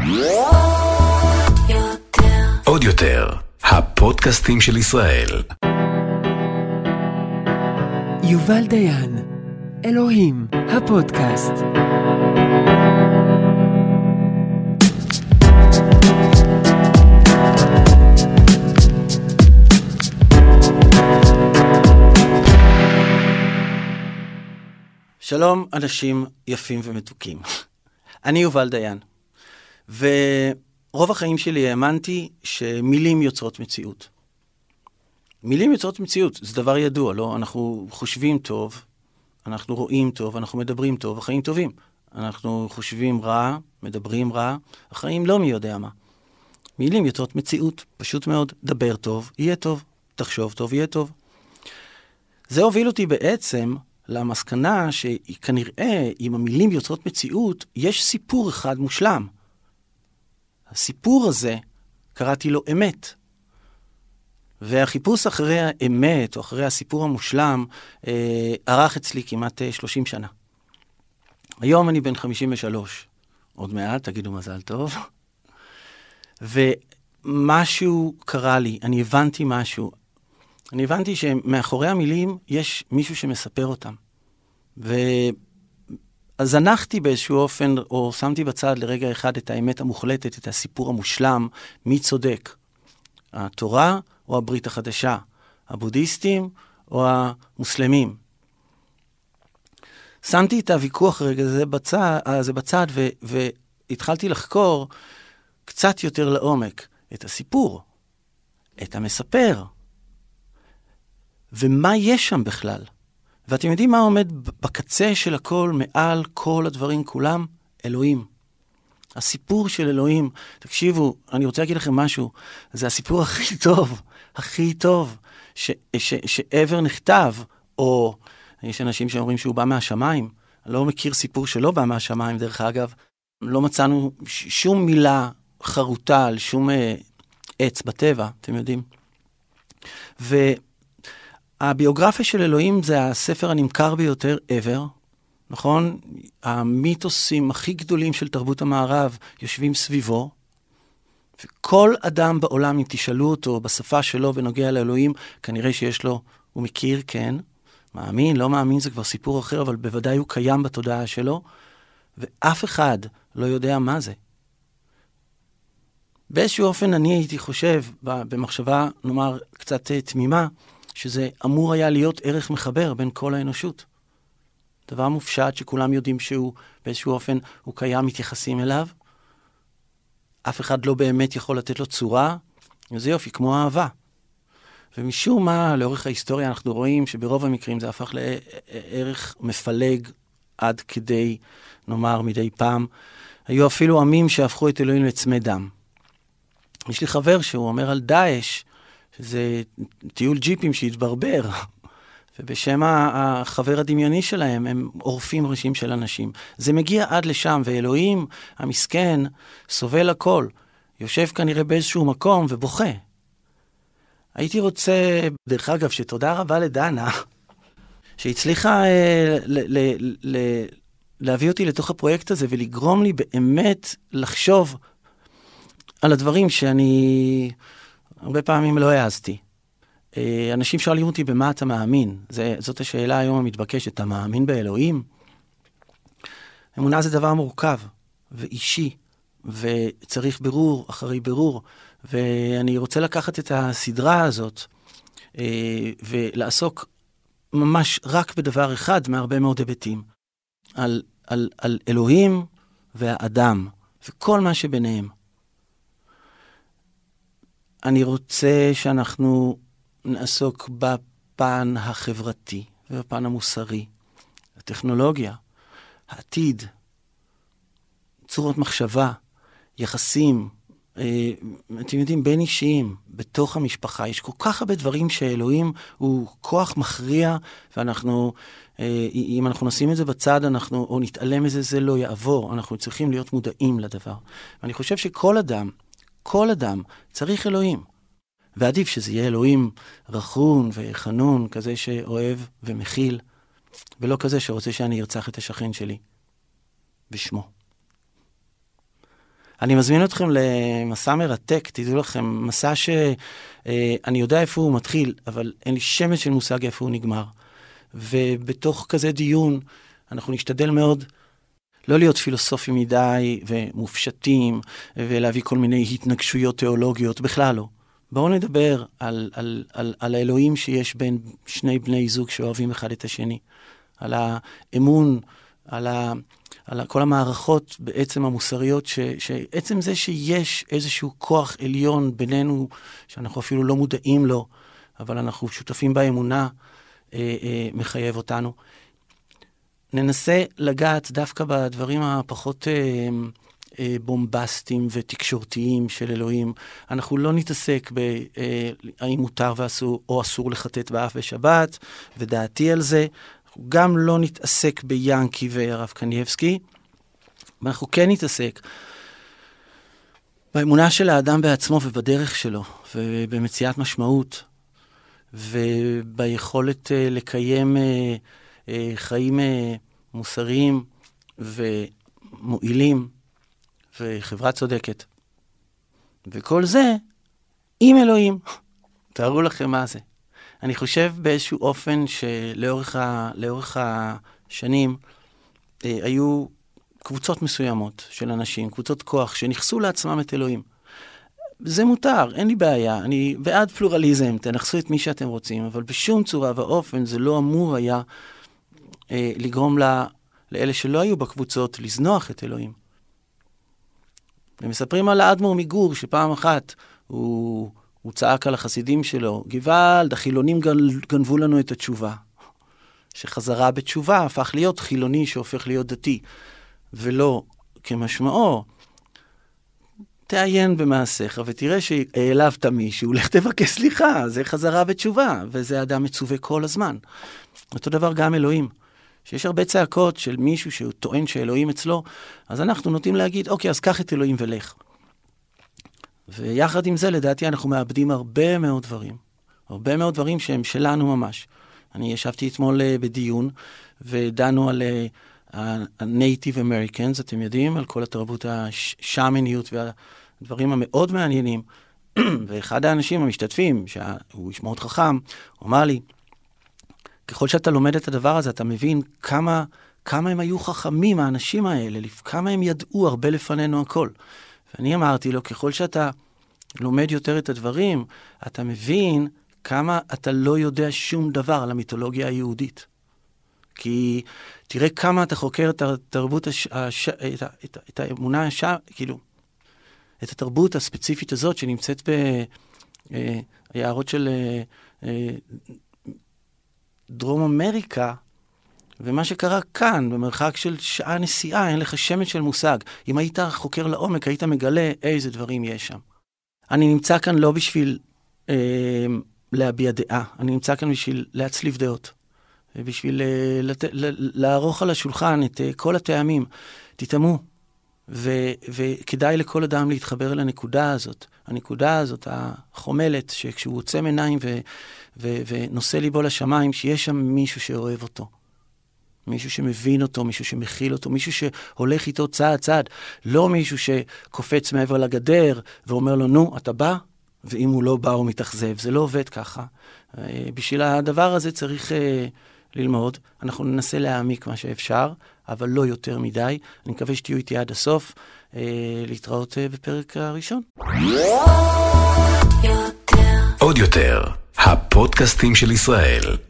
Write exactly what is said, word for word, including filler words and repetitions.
עוד יותר, הפודקאסטים של ישראל. יובל דיין, אלוהים, הפודקאסט. שלום אנשים יפים ומתוקים. אני יובל דיין, ורוב החיים שלי האמנתי שמילים יוצרות מציאות. מילים יוצרות מציאות, זה דבר ידוע, לא? אנחנו חושבים טוב, אנחנו רואים טוב, אנחנו מדברים טוב, החיים טובים. אנחנו חושבים רע, מדברים רע, החיים לא מי יודע מה. מילים יוצרות מציאות, פשוט מאוד, דבר טוב, יהיה טוב, תחשוב טוב, יהיה טוב. זה הוביל אותי בעצם למסקנה שכנראה אם המילים יוצרות מציאות, יש סיפור אחד מושלם. הסיפור הזה, קראתי לו אמת. והחיפוש אחרי האמת, או אחרי הסיפור המושלם, אה, ערך אצלי כמעט שלושים שנה. היום אני בן חמישים ושלוש. עוד מעט, תגידו מזל טוב. ומשהו קרה לי, אני הבנתי משהו. אני הבנתי שמאחורי המילים יש מישהו שמספר אותם. ואז זנחתי באיזשהו אופן, או שמתי בצד לרגע אחד את האמת המוחלטת, את הסיפור המושלם, מי צודק. התורה או הברית החדשה, הבודהיסטים או המוסלמים. שמתי את הוויכוח רגע זה בצד, זה בצד ו, והתחלתי לחקור קצת יותר לעומק את הסיפור, את המספר. ומה יש שם בכלל? ואתם יודעים מה עומד בקצה של הכל, מעל כל הדברים כולם? אלוהים. הסיפור של אלוהים. תקשיבו, אני רוצה להגיד לכם משהו. זה הסיפור הכי טוב, הכי טוב, ש, ש, שעבר נכתב, או יש אנשים שאומרים שהוא בא מהשמיים. אני לא מכיר סיפור שלא בא מהשמיים, דרך אגב. לא מצאנו שום מילה חרוטה על שום אה, עץ בטבע, אתם יודעים. ו... הביוגרפיה של אלוהים זה הספר הנמכר ביותר ever, נכון? המיתוסים הכי גדולים של תרבות המערב יושבים סביבו, וכל אדם בעולם, אם תשאלו אותו בשפה שלו בנוגע לאלוהים, כנראה שיש לו, הוא מכיר, כן, מאמין, לא מאמין, זה כבר סיפור אחר, אבל בוודאי הוא קיים בתודעה שלו, ואף אחד לא יודע מה זה. באיזשהו אופן אני הייתי חושב, במחשבה, נאמר, קצת תמימה, שזה אמור היה להיות ערך מחבר בין כל האנושות. דבר מופשט שכולם יודעים שהוא באיזשהו אופן הוא קיים, מתייחסים אליו. אף אחד לא באמת יכול לתת לו צורה, וזה יופי, כמו אהבה. ומשום מה, לאורך ההיסטוריה אנחנו רואים שברוב המקרים זה הפך לערך מפלג עד כדי, נאמר, מדי פעם. היו אפילו עמים שהפכו את אלוהים לצמא דם. יש לי חבר שהוא אומר על דאעש, שזה טיול ג'יפים שהתברבר, ובשם החבר הדמיוני שלהם הם עורפים ראשים של אנשים. זה מגיע עד לשם, ואלוהים המסכן סובל הכל, יושב כנראה באיזשהו מקום ובוכה. הייתי רוצה, דרך אגב, שתודה רבה לדנה, שהצליחה אה, ל- ל- ל- להביא אותי לתוך הפרויקט הזה, ולגרום לי באמת לחשוב על הדברים שאני הרבה פעמים לא העזתי. אנשים שואלים אותי במה אתה מאמין. זה, זאת השאלה היום המתבקשת. אתה מאמין באלוהים? אמונה זה דבר מורכב ואישי, וצריך ברור אחרי ברור. ואני רוצה לקחת את הסדרה הזאת ולעסוק ממש רק בדבר אחד מהרבה מאוד היבטים. על, על, על אלוהים והאדם וכל מה שביניהם. אני רוצה שאנחנו נעסוק בפן החברתי ובפן המוסרי, הטכנולוגיה, העתיד, צורות מחשבה, יחסים, אה, אתם יודעים, בין אישיים, בתוך המשפחה. יש כל כך הרבה דברים שאלוהים הוא כוח מכריע, ואנחנו, אה, אם אנחנו נשים את זה בצד, אנחנו, או נתעלם מזה, זה לא יעבור. אנחנו צריכים להיות מודעים לדבר. ואני חושב שכל אדם, כל אדם צריך אלוהים. ועדיף שזה יהיה אלוהים רחון וחנון, כזה שאוהב ומכיל, ולא כזה שרוצה שאני ארצח את השכן שלי בשמו. אני מזמין אתכם למסע מרתק, תדעו לכם, מסע שאני יודע איפה הוא מתחיל, אבל אין לי שמץ של מושג איפה הוא נגמר. ובתוך כזה דיון, אנחנו נשתדל מאוד לא להיות פילוסופים מדי ומופשטים, ולהביא כל מיני התנגשויות תיאולוגיות, בכלל לא. בואו נדבר על, על, על, על האלוהים שיש בין שני בני זוג שאוהבים אחד את השני. על האמון, על, ה, על כל המערכות בעצם המוסריות, ש, שעצם זה שיש איזשהו כוח עליון בינינו, שאנחנו אפילו לא מודעים לו, אבל אנחנו שותפים באמונה, אה, אה, מחייב אותנו. ננסה לגעת דווקא בדברים הפחות אה, אה, בומבסטיים ותקשורתיים של אלוהים. אנחנו לא נתעסק בהאם מותר ואסור, או אסור לחטט באף בשבת, ודעתי על זה. אנחנו גם לא נתעסק ביאנקי והרב קניבסקי, ואנחנו כן נתעסק באמונה של האדם בעצמו ובדרך שלו, ובמציאת משמעות, וביכולת אה, לקיים אה, אה, חיים אה, מוסריים ומועילים, וחברה צודקת. וכל זה עם אלוהים. תארו לכם מה זה. אני חושב באיזשהו אופן שלאורך ה, לאורך השנים אה, היו קבוצות מסוימות של אנשים, קבוצות כוח, שנכסו לעצמם את אלוהים. זה מותר, אין לי בעיה, אני בעד פלורליזם, תנחסו את מי שאתם רוצים, אבל בשום צורה ואופן זה לא אמור היה אה, לגרום לה, לאלה שלא היו בקבוצות לזנוח את אלוהים. הם מספרים על האדמו"ר מגור, שפעם אחת הוא, הוא צעק על החסידים שלו, גוואלד, החילונים גנבו לנו את התשובה. שחזרה בתשובה הפך להיות חילוני שהופך להיות דתי, ולא כמשמעו. תעיין במעשיך ותראה שהעלבת מישהו, לך תבקש סליחה, זה חזרה בתשובה, וזה אדם מצווה כל הזמן. אותו דבר גם אלוהים. שיש הרבה צעקות של מישהו שהוא טוען שאלוהים אצלו, אז אנחנו נוטים להגיד, אוקיי, אז קח את אלוהים ולך. ויחד עם זה, לדעתי, אנחנו מאבדים הרבה מאוד דברים. הרבה מאוד דברים שהם שלנו ממש. אני ישבתי אתמול בדיון, ודנו על ה-Native Americans, אתם יודעים, על כל התרבות השאמניות והדברים המאוד מעניינים. ואחד האנשים המשתתפים, שהוא איש מאוד חכם, הוא אמר לי, ככל שאתה לומד את הדבר הזה, אתה מבין כמה, כמה הם היו חכמים, האנשים האלה, כמה הם ידעו הרבה לפנינו הכל. ואני אמרתי לו, ככל שאתה לומד יותר את הדברים, אתה מבין כמה אתה לא יודע שום דבר על המיתולוגיה היהודית. כי תראה כמה אתה חוקר את התרבות, הש... הש... את, ה... את, ה... את האמונה, הש... כאילו, את התרבות הספציפית הזאת שנמצאת ביערות של דרום אמריקה, ומה שקרה כאן, במרחק של שעה נסיעה, אין לך שמץ של מושג. אם היית חוקר לעומק, היית מגלה איזה דברים יש שם. אני נמצא כאן לא בשביל אה, להביע דעה, אני נמצא כאן בשביל להצליב דעות, ובשביל אה, לת... לערוך על השולחן את אה, כל הטעמים. תתאמו, ו... וכדאי לכל אדם להתחבר אל הנקודה הזאת. הנקודה הזאת, החומלת, שכשהוא עוצם עיניים ו... ו... ונושא ליבו לשמיים, שיש שם מישהו שאוהב אותו. מישהו שמבין אותו, מישהו שמכיל אותו, מישהו שהולך איתו צעד צעד, לא מישהו שקופץ מעבר לגדר ואומר לו, נו, אתה בא? ואם הוא לא בא, הוא מתאכזב. זה לא עובד ככה. בשביל הדבר הזה צריך ללמוד. אנחנו ננסה להעמיק מה שאפשר, אבל לא יותר מדי. אני מקווה שתהיו איתי עד הסוף, להתראות בפרק הראשון. עוד יותר, הפודקאסטים של ישראל.